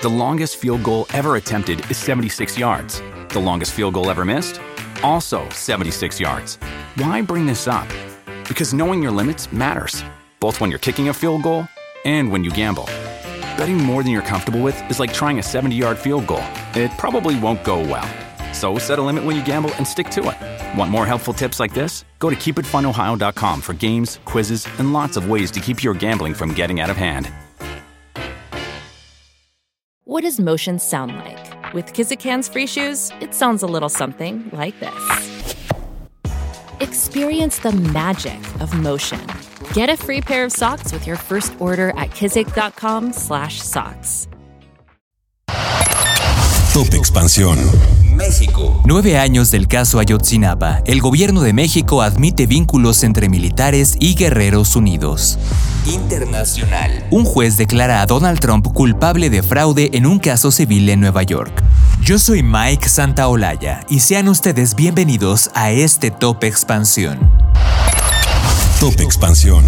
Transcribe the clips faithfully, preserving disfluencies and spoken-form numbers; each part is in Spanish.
The longest field goal ever attempted is seventy-six yards. The longest field goal ever missed? Also seventy-six yards. Why bring this up? Because knowing your limits matters, both when you're kicking a field goal and when you gamble. Betting more than you're comfortable with is like trying a seventy-yard field goal. It probably won't go well. So set a limit when you gamble and stick to it. Want more helpful tips like this? Go to keep it fun ohio dot com for games, quizzes, and lots of ways to keep your gambling from getting out of hand. What does motion sound like? With Kizik hands-free shoes, it sounds a little something like this. Experience the magic of motion. Get a free pair of socks with your first order at kizik.com slash socks. Top Expansión. México. Nueve años del caso Ayotzinapa. El gobierno de México admite vínculos entre militares y Guerreros Unidos. Internacional. Un juez declara a Donald Trump culpable de fraude en un caso civil en Nueva York. Yo soy Mike Santaolalla y sean ustedes bienvenidos a este Top Expansión. Top Expansión.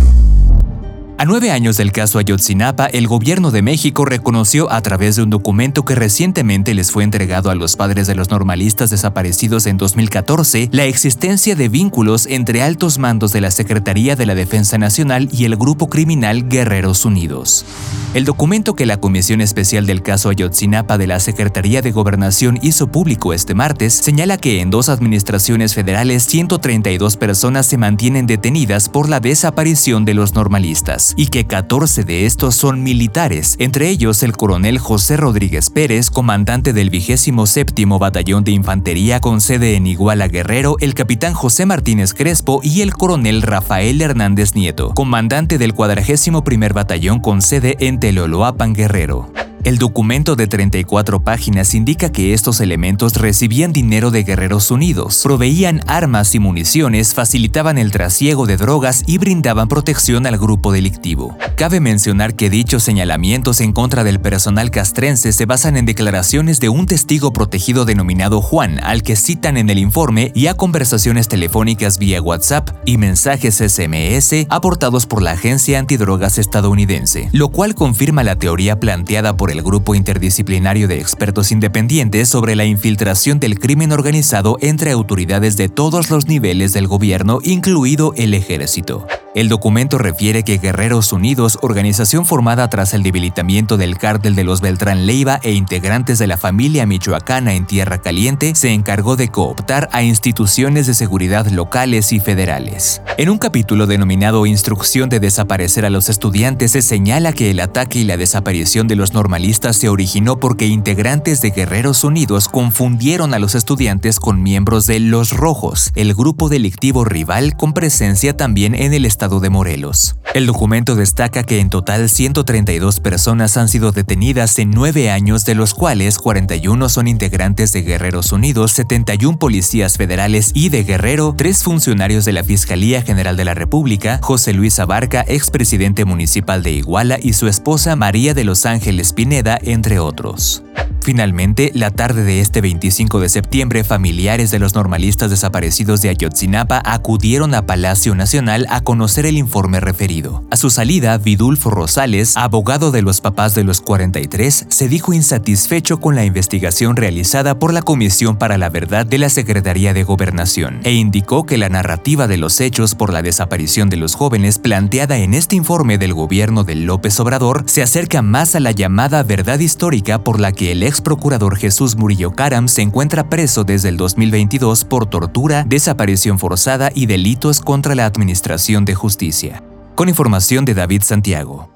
A nueve años del caso Ayotzinapa, el gobierno de México reconoció a través de un documento que recientemente les fue entregado a los padres de los normalistas desaparecidos en dos mil catorce la existencia de vínculos entre altos mandos de la Secretaría de la Defensa Nacional y el grupo criminal Guerreros Unidos. El documento que la Comisión Especial del caso Ayotzinapa de la Secretaría de Gobernación hizo público este martes señala que en dos administraciones federales ciento treinta y dos personas se mantienen detenidas por la desaparición de los normalistas y que catorce de estos son militares, entre ellos el coronel José Rodríguez Pérez, comandante del vigésimo séptimo Batallón de Infantería con sede en Iguala, Guerrero, el capitán José Martínez Crespo y el coronel Rafael Hernández Nieto, comandante del cuadragésimo primer Batallón con sede en Teloloapan, Guerrero. El documento de treinta y cuatro páginas indica que estos elementos recibían dinero de Guerreros Unidos, proveían armas y municiones, facilitaban el trasiego de drogas y brindaban protección al grupo delictivo. Cabe mencionar que dichos señalamientos en contra del personal castrense se basan en declaraciones de un testigo protegido denominado Juan, al que citan en el informe, y a conversaciones telefónicas vía WhatsApp y mensajes ese eme ese aportados por la Agencia Antidrogas estadounidense, lo cual confirma la teoría planteada por el grupo interdisciplinario de expertos independientes sobre la infiltración del crimen organizado entre autoridades de todos los niveles del gobierno, incluido el ejército. El documento refiere que Guerreros Unidos, organización formada tras el debilitamiento del cártel de los Beltrán Leiva e integrantes de la familia michoacana en Tierra Caliente, se encargó de cooptar a instituciones de seguridad locales y federales. En un capítulo denominado Instrucción de desaparecer a los estudiantes, se señala que el ataque y la desaparición de los normalistas se originó porque integrantes de Guerreros Unidos confundieron a los estudiantes con miembros de Los Rojos, el grupo delictivo rival con presencia también en el estado de Morelos. El documento destaca que en total ciento treinta y dos personas han sido detenidas en nueve años, de los cuales cuarenta y uno son integrantes de Guerreros Unidos, setenta y uno policías federales y de Guerrero, tres funcionarios de la Fiscalía General de la República, José Luis Abarca, expresidente municipal de Iguala, y su esposa María de los Ángeles Pineda, entre otros. Finalmente, la tarde de este veinticinco de septiembre, familiares de los normalistas desaparecidos de Ayotzinapa acudieron a Palacio Nacional a conocer el informe referido. A su salida, Vidulfo Rosales, abogado de los papás de los cuarenta y tres, se dijo insatisfecho con la investigación realizada por la Comisión para la Verdad de la Secretaría de Gobernación e indicó que la narrativa de los hechos por la desaparición de los jóvenes planteada en este informe del gobierno de López Obrador se acerca más a la llamada verdad histórica por la que el ex procurador Jesús Murillo Caram se encuentra preso desde el dos mil veintidós por tortura, desaparición forzada y delitos contra la administración de justicia. Con información de David Santiago.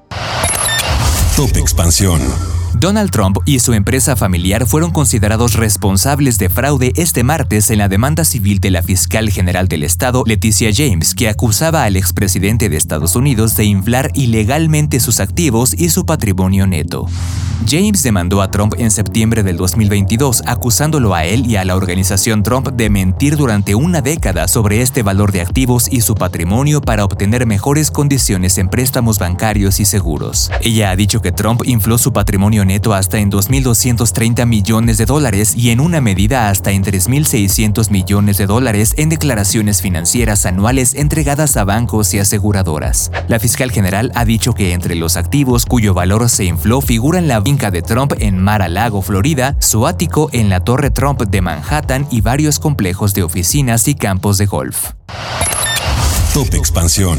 Top Expansión. Donald Trump y su empresa familiar fueron considerados responsables de fraude este martes en la demanda civil de la fiscal general del estado, Leticia James, que acusaba al expresidente de Estados Unidos de inflar ilegalmente sus activos y su patrimonio neto. James demandó a Trump en septiembre del dos mil veintidós, acusándolo a él y a la organización Trump de mentir durante una década sobre este valor de activos y su patrimonio para obtener mejores condiciones en préstamos bancarios y seguros. Ella ha dicho que Trump infló su patrimonio neto neto hasta en dos mil doscientos treinta millones de dólares y en una medida hasta en tres mil seiscientos millones de dólares en declaraciones financieras anuales entregadas a bancos y aseguradoras. La fiscal general ha dicho que entre los activos cuyo valor se infló figuran la finca de Trump en Mar-a-Lago, Florida, su ático en la Torre Trump de Manhattan y varios complejos de oficinas y campos de golf. Top Expansión.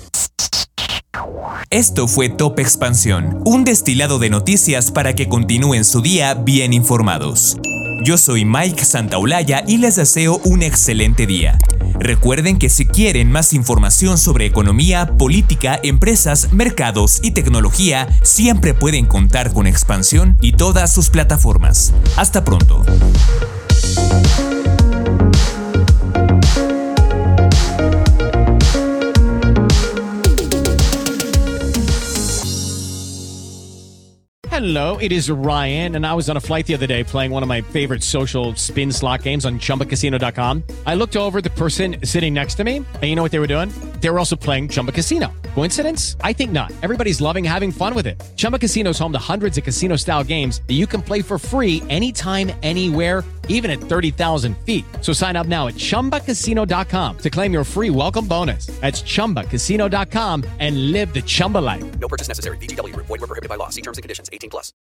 Esto fue Top Expansión, un destilado de noticias para que continúen su día bien informados. Yo soy Mike Santaolalla y les deseo un excelente día. Recuerden que si quieren más información sobre economía, política, empresas, mercados y tecnología, siempre pueden contar con Expansión y todas sus plataformas. Hasta pronto. Hello, it is Ryan, and I was on a flight the other day playing one of my favorite social spin slot games on Chumba Casino dot com. I looked over at the person sitting next to me, and you know what they were doing? They were also playing Chumba Casino. Coincidence? I think not. Everybody's loving having fun with it. Chumba Casino is home to hundreds of casino-style games that you can play for free anytime, anywhere, even at thirty thousand feet. So sign up now at Chumba Casino dot com to claim your free welcome bonus. That's Chumba Casino dot com and live the Chumba life. No purchase necessary. V G W. Void where prohibited by law. See terms and conditions. eighteen plus.